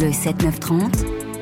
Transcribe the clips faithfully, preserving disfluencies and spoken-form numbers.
Le sept neuf trente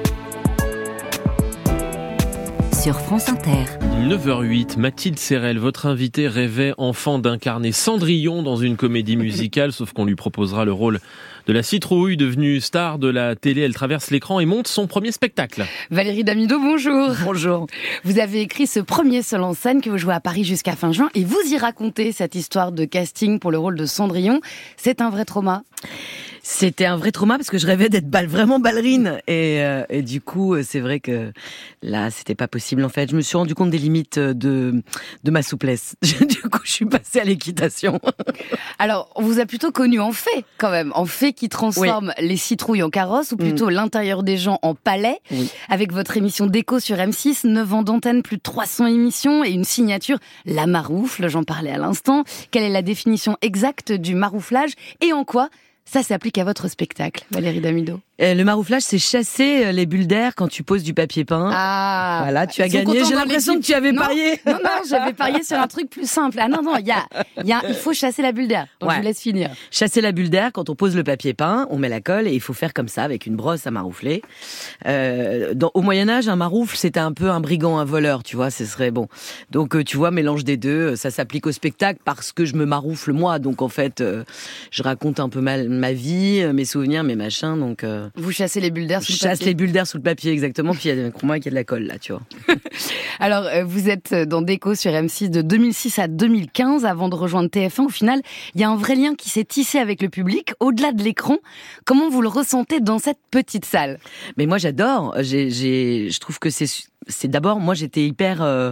sur France Inter. neuf heures huit, Mathilde Serrel, votre invitée, rêvait enfant d'incarner Cendrillon dans une comédie musicale, sauf qu'on lui proposera le rôle de la citrouille, devenue star de la télé. Elle traverse l'écran et monte son premier spectacle. Valérie Damido, bonjour. Bonjour. Vous avez écrit ce premier seul en scène que vous jouez à Paris jusqu'à fin juin et vous y racontez cette histoire de casting pour le rôle de Cendrillon. C'est un vrai trauma ? C'était un vrai trauma parce que je rêvais d'être balle, vraiment ballerine et, euh, et du coup c'est vrai que là c'était pas possible en fait. Je me suis rendu compte des limites de de ma souplesse. Du coup je suis passée à l'équitation. Alors on vous a plutôt connu en fée quand même, en fée qui transforme oui. les citrouilles en carrosses ou plutôt mmh. l'intérieur des gens en palais, oui. avec votre émission Déco sur M six, neuf ans d'antenne, plus de trois cents émissions et une signature, la maroufle, j'en parlais à l'instant. Quelle est la définition exacte du marouflage et en quoi ça s'applique à votre spectacle, Valérie Damido? Euh, le marouflage, c'est chasser les bulles d'air quand tu poses du papier peint. Ah, voilà, tu as gagné. J'ai l'impression que tu avais non, parié. Non, non, j'avais parié sur un truc plus simple. Ah non, non, il y a, il y a, il faut chasser la bulle d'air. Donc ouais. Je vous laisse finir. Chasser la bulle d'air, quand on pose le papier peint, on met la colle et il faut faire comme ça avec une brosse à maroufler. Euh, dans, au Moyen-Âge, un maroufle, c'était un peu un brigand, un voleur, tu vois, ce serait bon. Donc, tu vois, mélange des deux, ça s'applique au spectacle parce que je me maroufle moi. Donc, en fait, euh, je raconte un peu ma, ma vie, mes souvenirs, mes machins. Donc, euh, vous chassez les bulles d'air sous le papier. Je chasse les bulles d'air sous le papier, exactement. Puis il y a moi qui a de la colle là, tu vois. Alors, euh, vous êtes dans Déco sur M six de deux mille six à deux mille quinze, avant de rejoindre T F un. Au final, il y a un vrai lien qui s'est tissé avec le public, au-delà de l'écran. Comment vous le ressentez dans cette petite salle? Mais moi, j'adore. J'ai, j'ai, je trouve que c'est c'est d'abord, moi j'étais hyper euh,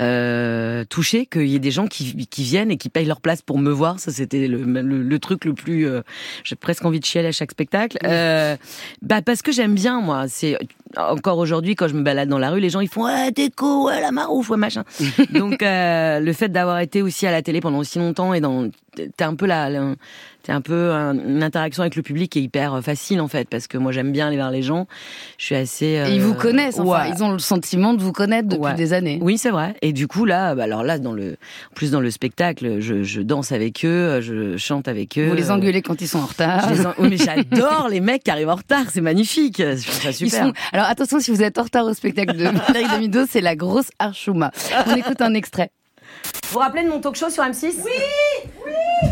euh, touchée qu'il y ait des gens qui, qui viennent et qui payent leur place pour me voir. Ça c'était le, le, le truc le plus... Euh, j'ai presque envie de chialer à chaque spectacle. Euh, bah parce que j'aime bien, moi. C'est encore aujourd'hui, quand je me balade dans la rue, les gens ils font ouais, Déco, ouais, la marouf, ouais, machin. Donc euh, le fait d'avoir été aussi à la télé pendant aussi longtemps et dans... T'es un peu là... là c'est un peu un, une interaction avec le public qui est hyper facile en fait, parce que moi j'aime bien aller vers les gens. Je suis assez. Euh, et ils vous connaissent, enfin, ouais. Ils ont le sentiment de vous connaître depuis ouais. des années. Oui, c'est vrai. Et du coup là, bah, alors là, dans le, en plus dans le spectacle, je, je danse avec eux, je chante avec eux. Vous les engueulez quand ils sont en retard. Je les en... Oui, mais j'adore les mecs qui arrivent en retard, c'est magnifique. Je trouve ça super. Sont... Alors attention, si vous êtes en retard au spectacle de Valérie Damido, c'est la grosse archouma. On écoute un extrait. Vous vous rappelez de mon talk show sur M six? Oui, oui.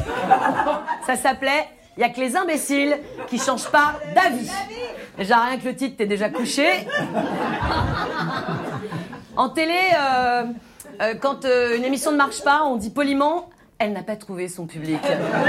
Ça s'appelait « Il y a que les imbéciles qui changent pas d'avis ». Déjà, rien que le titre, t'es déjà couché. En télé, euh, euh, quand euh, une émission ne marche pas, on dit poliment « Elle n'a pas trouvé son public ».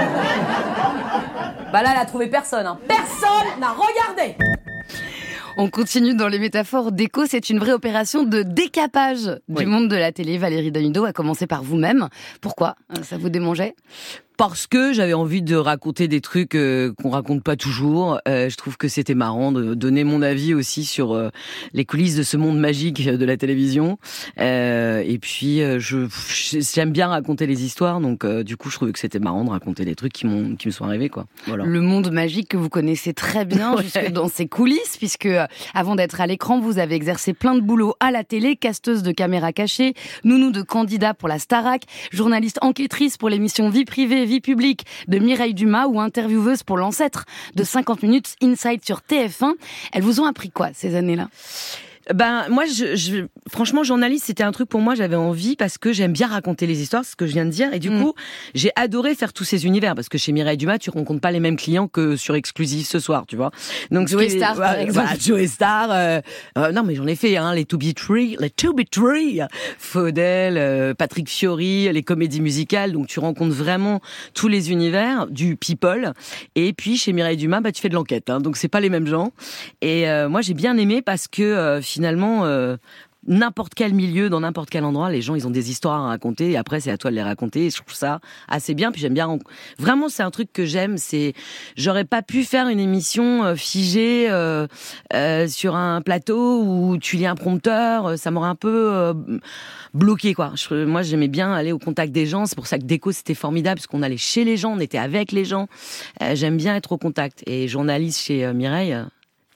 Bah là, elle a trouvé personne. Hein. Personne n'a regardé. On continue dans les métaphores. Déco, c'est une vraie opération de décapage du oui. monde de la télé. Valérie Damido, à commencer par vous-même. Pourquoi? Ça vous démangeait? Parce que j'avais envie de raconter des trucs euh, qu'on raconte pas toujours. Euh, je trouve que c'était marrant de donner mon avis aussi sur euh, les coulisses de ce monde magique de la télévision. Euh, et puis, euh, je j'aime bien raconter les histoires, donc euh, du coup, je trouvais que c'était marrant de raconter des trucs qui m'ont qui me sont arrivés, quoi. Voilà. Le monde magique que vous connaissez très bien, ouais. jusque dans ses coulisses, puisque euh, avant d'être à l'écran, vous avez exercé plein de boulots à la télé, casteuse de caméras cachées, nounou de candidat pour la Starac, journaliste enquêtrice pour l'émission Vie privée, Vie publique de Mireille Dumas ou intervieweuse pour l'ancêtre de cinquante minutes Inside sur T F un. Elles vous ont appris quoi ces années-là? Ben moi, je, je, franchement, journaliste, c'était un truc pour moi. J'avais envie parce que j'aime bien raconter les histoires, c'est ce que je viens de dire. Et du mmh. coup, j'ai adoré faire tous ces univers parce que chez Mireille Dumas, tu rencontres pas les mêmes clients que sur Exclusif ce soir, tu vois. Donc Joey Star, voilà, par exemple. Voilà, Joey Star. Euh, euh, non, mais j'en ai fait, hein, les To Be Tree, les To Be Tree, Faudel, euh, Patrick Fiori, les comédies musicales. Donc tu rencontres vraiment tous les univers du people. Et puis chez Mireille Dumas, bah tu fais de l'enquête. Hein, donc c'est pas les mêmes gens. Et euh, moi, j'ai bien aimé parce que euh, finalement, euh, n'importe quel milieu, dans n'importe quel endroit, les gens, ils ont des histoires à raconter et après, c'est à toi de les raconter. Et je trouve ça assez bien. Puis j'aime bien... Vraiment, c'est un truc que j'aime. C'est... J'aurais pas pu faire une émission euh, figée euh, euh, sur un plateau où tu lis un prompteur. Ça m'aurait un peu euh, bloqué, quoi. Je, moi, j'aimais bien aller au contact des gens. C'est pour ça que Déco, c'était formidable, parce qu'on allait chez les gens, on était avec les gens. Euh, j'aime bien être au contact. Et journaliste chez euh, Mireille...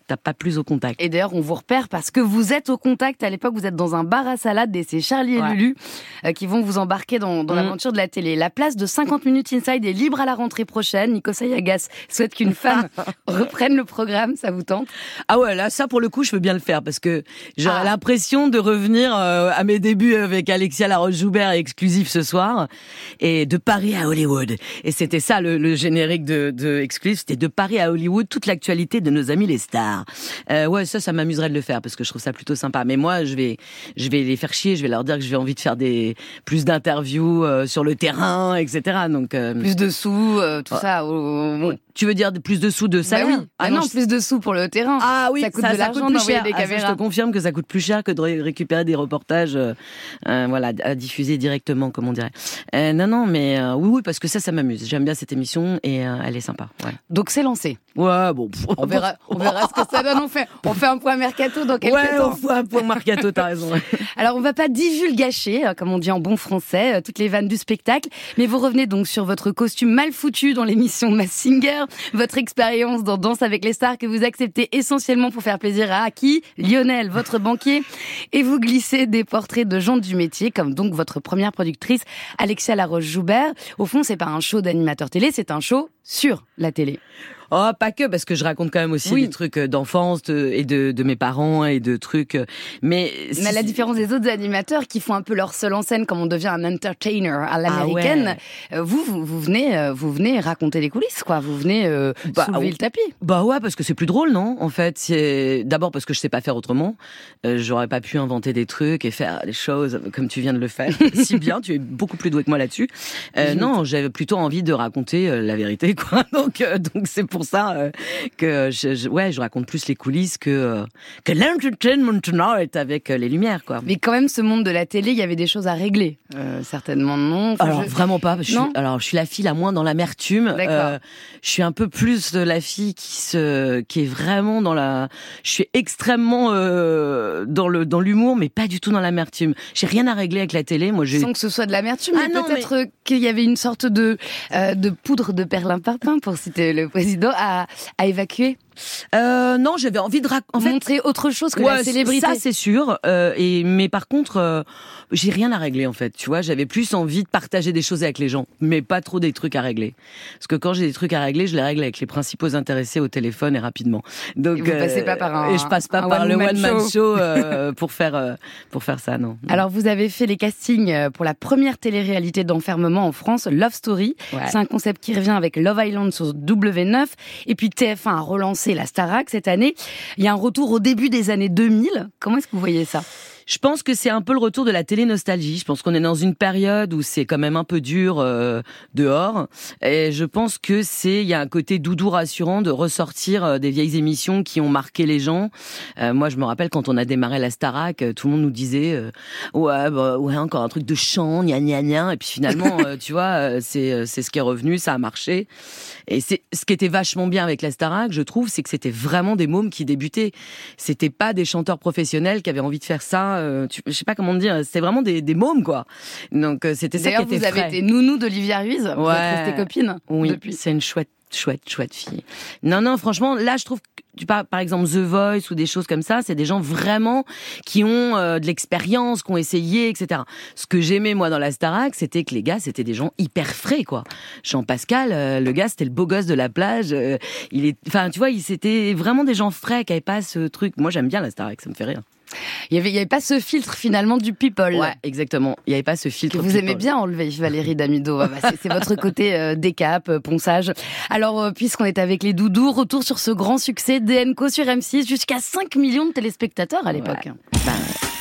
T'as pas plus au contact. Et d'ailleurs, on vous repère parce que vous êtes au contact. À l'époque, vous êtes dans un bar à salade et c'est Charlie et ouais. Lulu euh, qui vont vous embarquer dans, dans mmh. l'aventure de la télé. La place de cinquante minutes Inside est libre à la rentrée prochaine. Nico Sayagas souhaite qu'une femme reprenne le programme. Ça vous tente? Ah ouais, là, ça, pour le coup, je veux bien le faire parce que j'aurais ah. l'impression de revenir euh, à mes débuts avec Alexia Laroche-Joubert et Exclusif ce soir et de Paris à Hollywood. Et c'était ça, le, le générique de, de Exclusif. C'était de Paris à Hollywood, toute l'actualité de nos amis les stars. Euh, ouais, ça, ça m'amuserait de le faire parce que je trouve ça plutôt sympa. Mais moi, je vais, je vais les faire chier. Je vais leur dire que j'ai envie de faire des plus d'interviews euh, sur le terrain, et cetera. Donc euh... plus de sous, euh, tout ouais. ça. Au... Bon. Tu veux dire plus de sous de salaire? Bah oui. Ah, ah non, non je... plus de sous pour le terrain. Ah oui, ça coûte ça, de ça l'argent coûte plus d'envoyer cher. des ah, caméras. Ça, je te confirme que ça coûte plus cher que de ré- récupérer des reportages, euh, euh, voilà, à diffuser directement, comme on dirait. Euh, non, non, mais euh, oui, oui, parce que ça, ça m'amuse. J'aime bien cette émission et euh, elle est sympa. Ouais. Donc c'est lancé. Ouais, bon. On verra, on verra ce que ça donne. On fait, on fait un point mercato dans quelques ouais, temps. Ouais, on fait un point mercato. T'as raison. Ouais. Alors, on va pas divulgacher, comme on dit en bon français, toutes les vannes du spectacle, mais vous revenez donc sur votre costume mal foutu dans l'émission Masked Singer, votre expérience dans Danse avec les stars que vous acceptez essentiellement pour faire plaisir à qui? Lionel, votre banquier, et vous glissez des portraits de gens du métier, comme donc votre première productrice, Alexia Laroche-Joubert. Au fond, c'est pas un show d'animateur télé, c'est un show sur la télé. Oh, pas que, parce que je raconte quand même aussi oui. des trucs d'enfance de, et de, de mes parents et de trucs. Mais, mais à la différence des autres animateurs qui font un peu leur seul en scène, comme on devient un entertainer à l'américaine, ah ouais. vous, vous, vous venez, vous venez raconter les coulisses, quoi. Vous venez euh, bah, soulever le tapis. Bah ouais, parce que c'est plus drôle, non? En fait, c'est d'abord parce que je sais pas faire autrement. Euh, j'aurais pas pu inventer des trucs et faire des choses comme tu viens de le faire si bien. Tu es beaucoup plus doué que moi là-dessus. Euh, non, j'avais plutôt envie de raconter euh, la vérité, quoi. Donc, euh, donc c'est pour ça euh, que je, je, ouais, je raconte plus les coulisses que euh, que l'entertainment tonight avec euh, les lumières, quoi. Mais quand même, ce monde de la télé, il y avait des choses à régler. Euh, certainement non. Enfin, alors je... vraiment pas. Je suis, non alors je suis la fille la moins dans l'amertume. Euh, je suis un peu plus de la fille qui se, qui est vraiment dans la. Je suis extrêmement euh, dans le dans l'humour, mais pas du tout dans l'amertume. J'ai rien à régler avec la télé. Moi, j'ai. Sans que ce soit de l'amertume, ah mais non, peut-être mais... qu'il y avait une sorte de euh, de poudre de perlimpinpin, pour citer le président, à, à évacuer. Euh, non, j'avais envie de rac- en fait, montrer autre chose que ouais, la célébrité. Ça, c'est sûr. Euh, et mais par contre, euh, j'ai rien à régler en fait. Tu vois, j'avais plus envie de partager des choses avec les gens, mais pas trop des trucs à régler. Parce que quand j'ai des trucs à régler, je les règle avec les principaux intéressés au téléphone et rapidement. Donc, et vous euh, passez pas par un. Et je passe pas par le one man show, show euh, pour faire euh, pour faire ça, non. Alors, vous avez fait les castings pour la première télé-réalité d'enfermement en France, Love Story. Ouais. C'est un concept qui revient avec Love Island sur W neuf. Et puis T F un a relancé la Starac cette année. Il y a un retour au début des années deux mille. Comment est-ce que vous voyez ça ? Je pense que c'est un peu le retour de la télé-nostalgie. Je pense qu'on est dans une période où c'est quand même un peu dur euh, dehors. Et je pense que c'est, il y a un côté doudou rassurant de ressortir euh, des vieilles émissions qui ont marqué les gens. Euh, moi, je me rappelle quand on a démarré la Starac, tout le monde nous disait euh, ouais, bah, ouais, encore un truc de chant, gna gna gna. Et puis finalement, euh, tu vois, c'est c'est ce qui est revenu, ça a marché. Et c'est ce qui était vachement bien avec la Starac, je trouve, c'est que c'était vraiment des mômes qui débutaient. C'était pas des chanteurs professionnels qui avaient envie de faire ça. Euh, tu, je sais pas comment dire. C'était vraiment des, des mômes, quoi. Donc euh, c'était ça qui était frais. D'ailleurs, vous avez été nounou d'Olivia Ruiz. Ouais. Vous êtes restée copine. Oui, depuis. C'est une chouette. Chouette, chouette fille. Non, non, franchement, là, je trouve que tu parles, par exemple, The Voice ou des choses comme ça, c'est des gens vraiment qui ont euh, de l'expérience, qui ont essayé, et cetera. Ce que j'aimais, moi, dans la Starac, c'était que les gars, c'était des gens hyper frais, quoi. Jean-Pascal, euh, le gars, c'était le beau gosse de la plage. Euh, il est, enfin, tu vois, il c'était vraiment des gens frais qui n'avaient pas ce truc. Moi, j'aime bien la Starac, ça me fait rire. Il y avait, il y avait pas ce filtre finalement du people. Ouais, exactement. Il y avait pas ce filtre. Que vous people. aimez bien enlever, Valérie Damido. Bah, c'est, c'est votre côté euh, décap, euh, ponçage. Alors, euh, puisqu'on est avec les doudous, retour sur ce grand succès D N Co sur M six, jusqu'à cinq millions de téléspectateurs à l'époque. Ouais. Bah,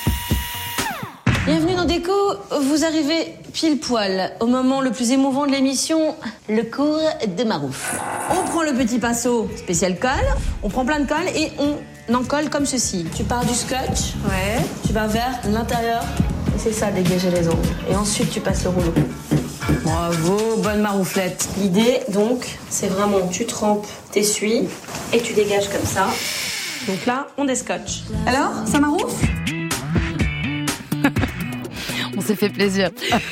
Bienvenue dans Déco, vous arrivez pile poil au moment le plus émouvant de l'émission, le cours de Marouf. On prend le petit pinceau spécial colle, on prend plein de colle et on en colle comme ceci. Tu pars du scotch, ouais. Tu vas vers l'intérieur, et c'est ça, dégager les ongles. Et ensuite tu passes le rouleau. Bravo, bonne marouflette. L'idée donc, c'est vraiment tu trempes, t'essuies et tu dégages comme ça. Donc là, on déscotche. Alors, ça maroufle ? On On s'est fait plaisir.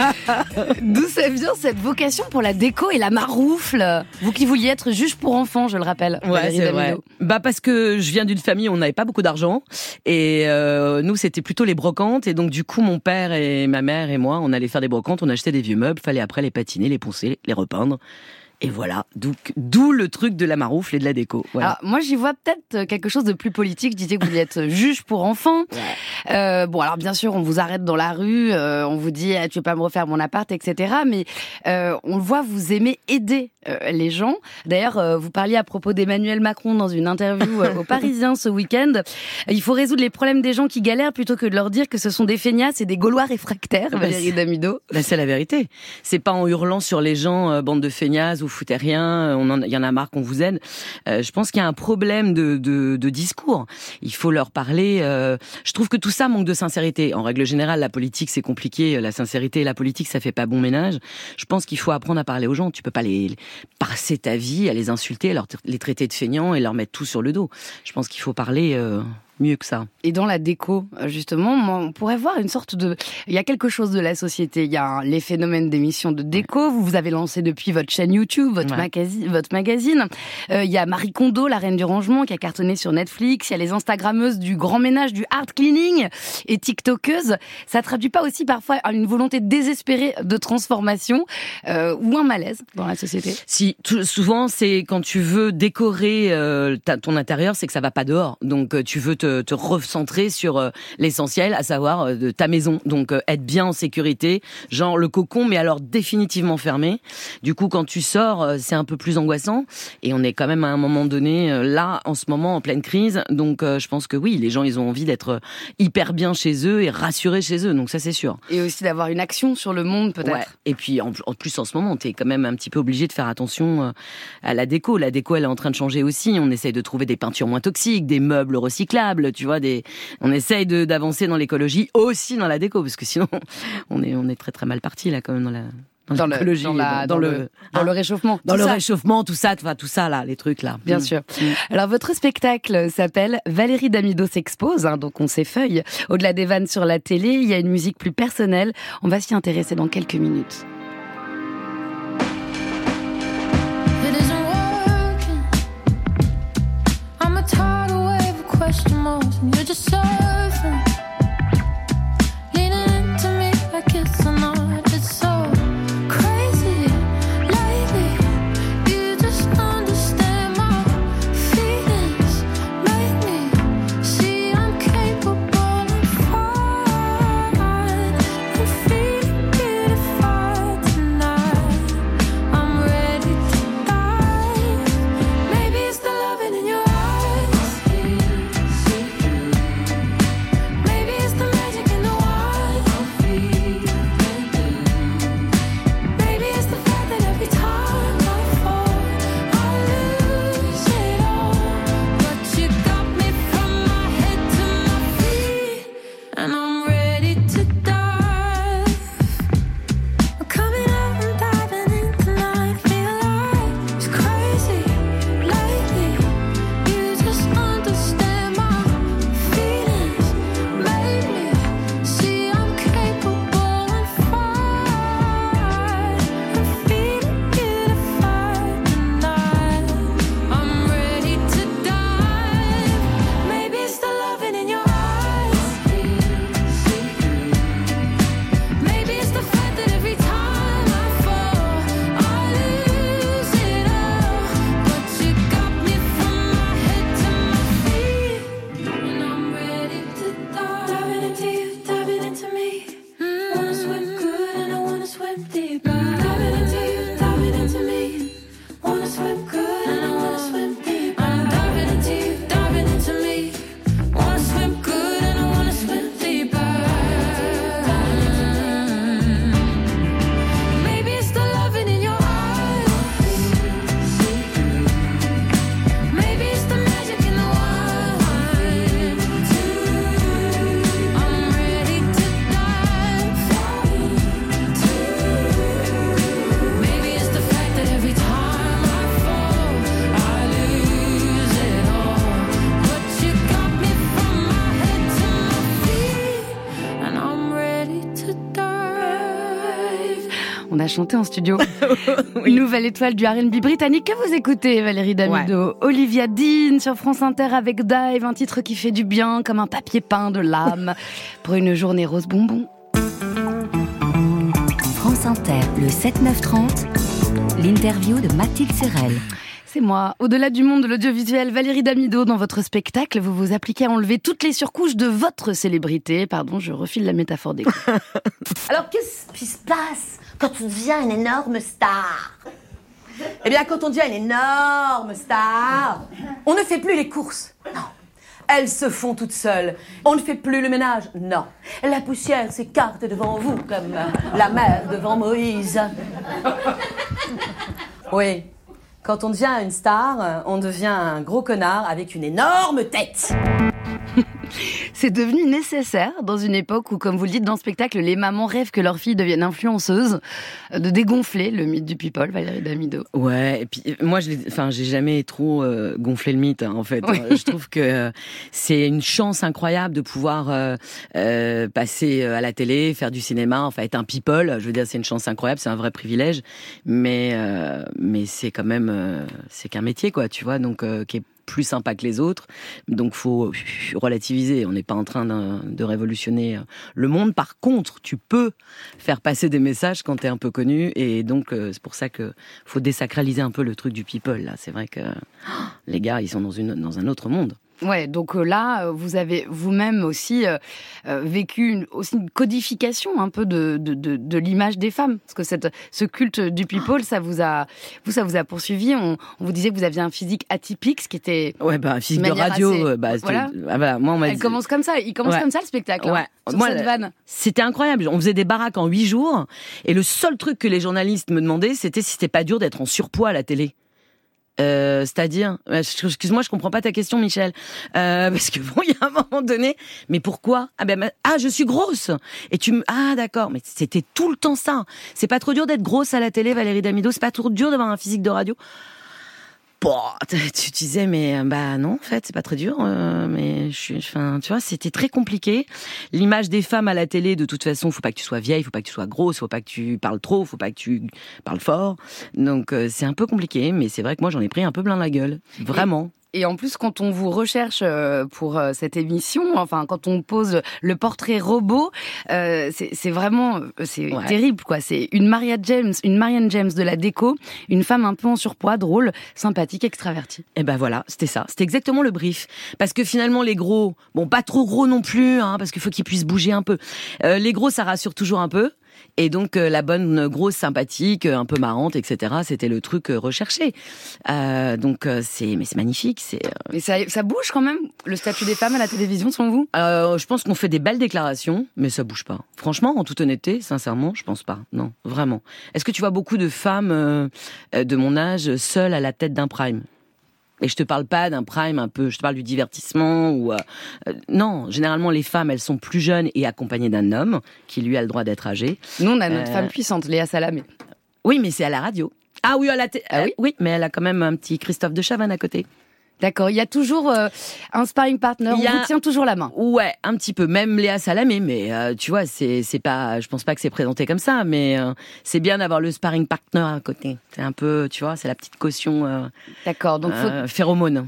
D'où ça vient cette vocation pour la déco et la maroufle? Vous qui vouliez être juge pour enfants, je le rappelle. Ouais, c'est vrai. Bah parce que je viens d'une famille où on n'avait pas beaucoup d'argent et euh, nous c'était plutôt les brocantes et donc du coup mon père et ma mère et moi on allait faire des brocantes, on achetait des vieux meubles, fallait après les patiner, les poncer, les repeindre. Et voilà, d'où, d'où le truc de la maroufle et de la déco. Voilà. Alors, moi, j'y vois peut-être quelque chose de plus politique. Je disais que vous vouliez être juge pour enfants. Ouais. Euh, bon, alors bien sûr, on vous arrête dans la rue, euh, on vous dit ah, tu veux pas me refaire mon appart, et cetera. Mais euh, on le voit, vous aimez aider euh, les gens. D'ailleurs, euh, vous parliez à propos d'Emmanuel Macron dans une interview euh, au Parisien ce week-end. Il faut résoudre les problèmes des gens qui galèrent plutôt que de leur dire que ce sont des feignasses et des Gaulois réfractaires. Bah, Valérie Damido. Bah, c'est la vérité. C'est pas en hurlant sur les gens, euh, bande de feignasses ou foutez rien, on en, y en a marre qu'on vous aide. Euh, je pense qu'il y a un problème de, de, de discours. Il faut leur parler. Euh, je trouve que tout ça manque de sincérité. En règle générale, la politique c'est compliqué. La sincérité et la politique ça fait pas bon ménage. Je pense qu'il faut apprendre à parler aux gens. Tu peux pas les passer ta vie à les insulter, à leur, les traiter de feignants et leur mettre tout sur le dos. Je pense qu'il faut parler. Euh mieux que ça. Et dans la déco, justement, on pourrait voir une sorte de... Il y a quelque chose de la société. Il y a les phénomènes d'émissions de déco. Vous vous avez lancé depuis votre chaîne YouTube, votre, ouais. magazine, votre magazine. Euh, il y a Marie Kondo, la reine du rangement, qui a cartonné sur Netflix. Il y a les Instagrammeuses du grand ménage, du hard cleaning et TikTokeuses. Ça traduit pas aussi parfois une volonté désespérée de transformation euh, ou un malaise dans la société? Si, tout, souvent, c'est quand tu veux décorer euh, ta, ton intérieur, c'est que ça va pas dehors. Donc, tu veux te te recentrer sur euh, l'essentiel, à savoir euh, de ta maison. Donc euh, être bien en sécurité, genre le cocon, mais alors définitivement fermé. Du coup, quand tu sors, euh, c'est un peu plus angoissant. Et on est quand même à un moment donné, euh, là, en ce moment, en pleine crise. Donc euh, je pense que oui, les gens, ils ont envie d'être hyper bien chez eux et rassurés chez eux. Donc ça, c'est sûr. Et aussi d'avoir une action sur le monde, peut-être. Ouais. Et puis, en, en plus, en ce moment, t'es quand même un petit peu obligé de faire attention euh, à la déco. La déco, elle est en train de changer aussi. On essaye de trouver des peintures moins toxiques, des meubles recyclables. Tu vois, des, on essaye de, d'avancer dans l'écologie, aussi dans la déco, parce que sinon, on est, on est très très mal parti là, quand même dans la, dans, dans l'écologie, le, dans, la, dans, dans le, le, dans hein, le réchauffement, dans le ça. réchauffement, tout ça, tout ça là, les trucs là. Bien mmh. sûr. Mmh. Alors votre spectacle s'appelle Valérie Damido s'expose, hein, donc on s'effeuille. Au-delà des vannes sur la télé, il y a une musique plus personnelle. On va s'y intéresser dans quelques minutes. Question marks and you're just surfing, leaning into me like it's a not. It's so crazy lately. You just understand my feelings, make me see I'm capable of fun and feeling beautified tonight. I'm ready to dive. Maybe it's the loving in your eyes. chanté en studio. Oui. Nouvelle étoile du R and B britannique que vous écoutez, Valérie Damido. Ouais. Olivia Dean sur France Inter avec Dive, un titre qui fait du bien comme un papier peint de l'âme pour une journée rose bonbon. France Inter, le sept neuf trente, l'interview de Mathilde Serrel. C'est moi. Au-delà du monde de l'audiovisuel, Valérie Damido, dans votre spectacle, vous vous appliquez à enlever toutes les surcouches de votre célébrité. Pardon, je refile la métaphore des coups. Alors, qu'est-ce qui se passe quand on devient une énorme star ? Eh bien, quand on devient une énorme star, on ne fait plus les courses. Non. Elles se font toutes seules. On ne fait plus le ménage. Non. La poussière s'écarte devant vous comme la mer devant Moïse. Oui. Quand on devient une star, on devient un gros connard avec une énorme tête. C'est devenu nécessaire dans une époque où, comme vous le dites dans le spectacle, les mamans rêvent que leurs filles deviennent influenceuses, de dégonfler le mythe du people, Valérie Damido. Ouais, et puis moi, je l'ai, enfin, j'ai jamais trop euh, gonflé le mythe, hein, en fait. Oui. Je trouve que euh, c'est une chance incroyable de pouvoir euh, euh, passer à la télé, faire du cinéma, enfin être un people. Je veux dire, c'est une chance incroyable, c'est un vrai privilège, mais euh, mais c'est quand même euh, c'est qu'un métier, quoi, tu vois, donc euh, qui est plus sympa que les autres, donc faut relativiser. On n'est pas en train de, de révolutionner le monde. Par contre, tu peux faire passer des messages quand t'es un peu connu, et donc euh, c'est pour ça que faut désacraliser un peu le truc du people. Là, c'est vrai que oh, les gars, ils sont dans une dans un autre monde. Ouais, donc euh, là, vous avez vous-même aussi euh, euh, vécu une, aussi une codification un peu de, de, de, de l'image des femmes, parce que cette, ce culte du people, ça vous a, vous, ça vous a poursuivi. On, on vous disait que vous aviez un physique atypique, ce qui était ouais, bah un physique de radio. Assez, bah, voilà. Ah, bah, moi, on m'a Elle dit... commence comme ça. Il commence ouais. comme ça le spectacle. Ouais. Hein, sur moi, cette vanne. C'était incroyable. On faisait des baraques en huit jours, et le seul truc que les journalistes me demandaient, c'était si c'était pas dur d'être en surpoids à la télé. Euh, c'est-à-dire, excuse-moi, je comprends pas ta question, Michel, euh, parce que bon, il y a un moment donné, mais pourquoi ? Ah ben, ah, je suis grosse. Et tu me, ah d'accord, mais c'était tout le temps ça. C'est pas trop dur d'être grosse à la télé, Valérie Damido. C'est pas trop dur d'avoir un physique de radio. Bon, tu disais, mais bah non, en fait, c'est pas très dur. Euh, mais je suis, enfin, tu vois, c'était très compliqué. L'image des femmes à la télé, de toute façon, faut pas que tu sois vieille, faut pas que tu sois grosse, faut pas que tu parles trop, faut pas que tu parles fort. Donc euh, c'est un peu compliqué, mais c'est vrai que moi j'en ai pris un peu plein la gueule, vraiment. Et en plus, quand on vous recherche pour cette émission, enfin, quand on pose le portrait robot, euh, c'est, c'est vraiment, c'est ouais. terrible, quoi. C'est une Maria James, une Marianne James de la déco, une femme un peu en surpoids, drôle, sympathique, extravertie. Et ben voilà, c'était ça. C'était exactement le brief. Parce que finalement, les gros, bon, pas trop gros non plus, hein, parce qu'il faut qu'ils puissent bouger un peu. Euh, les gros, ça rassure toujours un peu. Et donc euh, la bonne grosse sympathique, un peu marrante, et cetera. C'était le truc euh, recherché. Euh, donc euh, c'est, mais c'est magnifique. C'est. Euh... Mais ça, ça bouge quand même le statut des femmes à la télévision, selon vous ? euh, Je pense qu'on fait des belles déclarations, mais ça bouge pas. Franchement, en toute honnêteté, sincèrement, je pense pas. Non, vraiment. Est-ce que tu vois beaucoup de femmes euh, de mon âge seules à la tête d'un prime ? Et je te parle pas d'un prime un peu, je te parle du divertissement ou euh, euh, non, généralement les femmes, elles sont plus jeunes et accompagnées d'un homme qui lui a le droit d'être âgé. Nous on a notre euh... femme puissante, Léa Salamé. Oui, mais c'est à la radio. Ah oui, à la t- ah oui, oui, mais elle a quand même un petit Christophe de Chavannes à côté. D'accord, il y a toujours euh, un sparring partner, on vous tient toujours la main. Ouais, un petit peu, même Léa Salamé, mais euh, tu vois, c'est c'est pas, je pense pas que c'est présenté comme ça, mais euh, c'est bien d'avoir le sparring partner à côté. C'est un peu, tu vois, c'est la petite caution. Euh, D'accord, donc euh, faut... phéromone.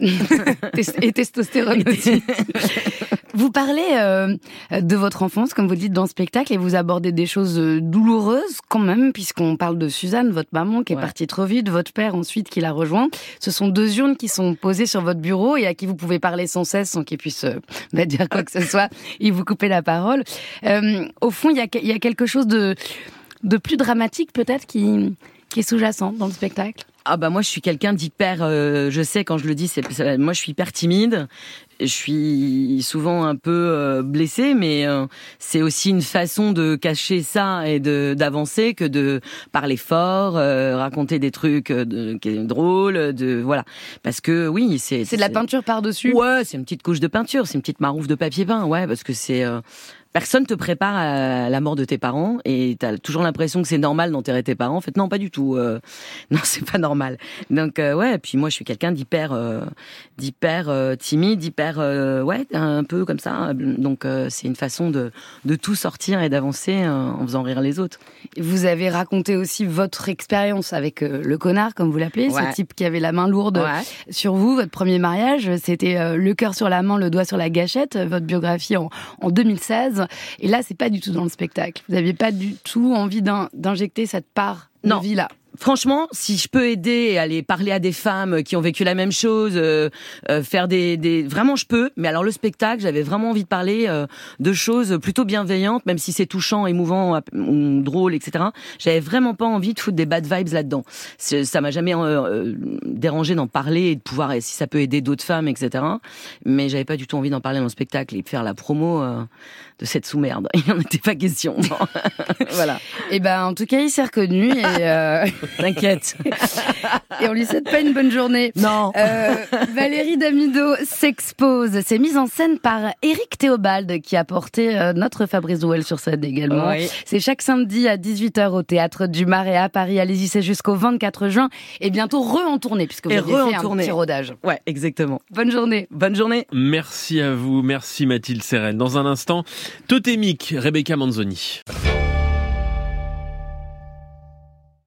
Et testostérone aussi. Vous parlez euh, de votre enfance, comme vous dites dans le spectacle, et vous abordez des choses douloureuses quand même, puisqu'on parle de Suzanne, votre maman, qui est ouais. partie trop vite, votre père ensuite qui l'a rejoint. Ce sont deux urnes qui sont posées sur votre bureau et à qui vous pouvez parler sans cesse, sans qu'ils puissent euh, bah, dire quoi que ce soit, et vous couper la parole. Euh, au fond, il y a, y a quelque chose de, de plus dramatique peut-être qui, qui est sous-jacent dans le spectacle. Ah bah moi je suis quelqu'un d'hyper, euh, je sais quand je le dis, c'est, moi je suis hyper timide, je suis souvent un peu euh, blessée, mais euh, c'est aussi une façon de cacher ça et de d'avancer que de parler fort, euh, raconter des trucs de, qui est drôle, de voilà, parce que oui c'est c'est de la peinture par dessus. Ouais, c'est une petite couche de peinture, c'est une petite maroufle de papier peint, ouais, parce que c'est euh, personne te prépare à la mort de tes parents et t'as toujours l'impression que c'est normal d'enterrer tes parents. En fait, non, pas du tout. Euh, non, c'est pas normal. Donc, euh, ouais. Puis moi, je suis quelqu'un d'hyper, euh, d'hyper euh, timide, d'hyper faire, euh, ouais, un peu comme ça. Donc euh, c'est une façon de de tout sortir et d'avancer euh, en faisant rire les autres. Vous avez raconté aussi votre expérience avec euh, le connard, comme vous l'appelez, Ouais. ce type qui avait la main lourde Ouais. sur vous. Votre premier mariage, c'était euh, le cœur sur la main, le doigt sur la gâchette. Votre biographie en, en deux mille seize. Et là, c'est pas du tout dans le spectacle. Vous n'aviez pas du tout envie d'in- d'injecter cette part Non. de vie là. Franchement, si je peux aider et aller parler à des femmes qui ont vécu la même chose, euh, euh, faire des, des... Vraiment, je peux. Mais alors, le spectacle, j'avais vraiment envie de parler euh, de choses plutôt bienveillantes, même si c'est touchant, émouvant, ou drôle, et cetera. J'avais vraiment pas envie de foutre des bad vibes là-dedans. C'est, ça m'a jamais euh, dérangé d'en parler et de pouvoir, et si ça peut aider d'autres femmes, et cetera. Mais j'avais pas du tout envie d'en parler dans le spectacle et de faire la promo euh, de cette sous-merde. Il n'en était pas question. Voilà. Et ben, en tout cas, il s'est reconnu et, euh, T'inquiète. et on lui souhaite pas une bonne journée. Non. Euh, Valérie Damido s'expose. C'est mise en scène par Éric Théobald qui a porté euh, notre Fabrice Drouel sur scène également. Oui. C'est chaque samedi à dix-huit heures au Théâtre du Marais à Paris. Allez-y, c'est jusqu'au vingt-quatre juin et bientôt re-en tournée puisque vous Et avez fait un re-en-tournée. petit rodage. Ouais, exactement. Bonne journée. Bonne journée. Merci à vous, merci Mathilde Sereine. Dans un instant, Totémique, Rebecca Manzoni.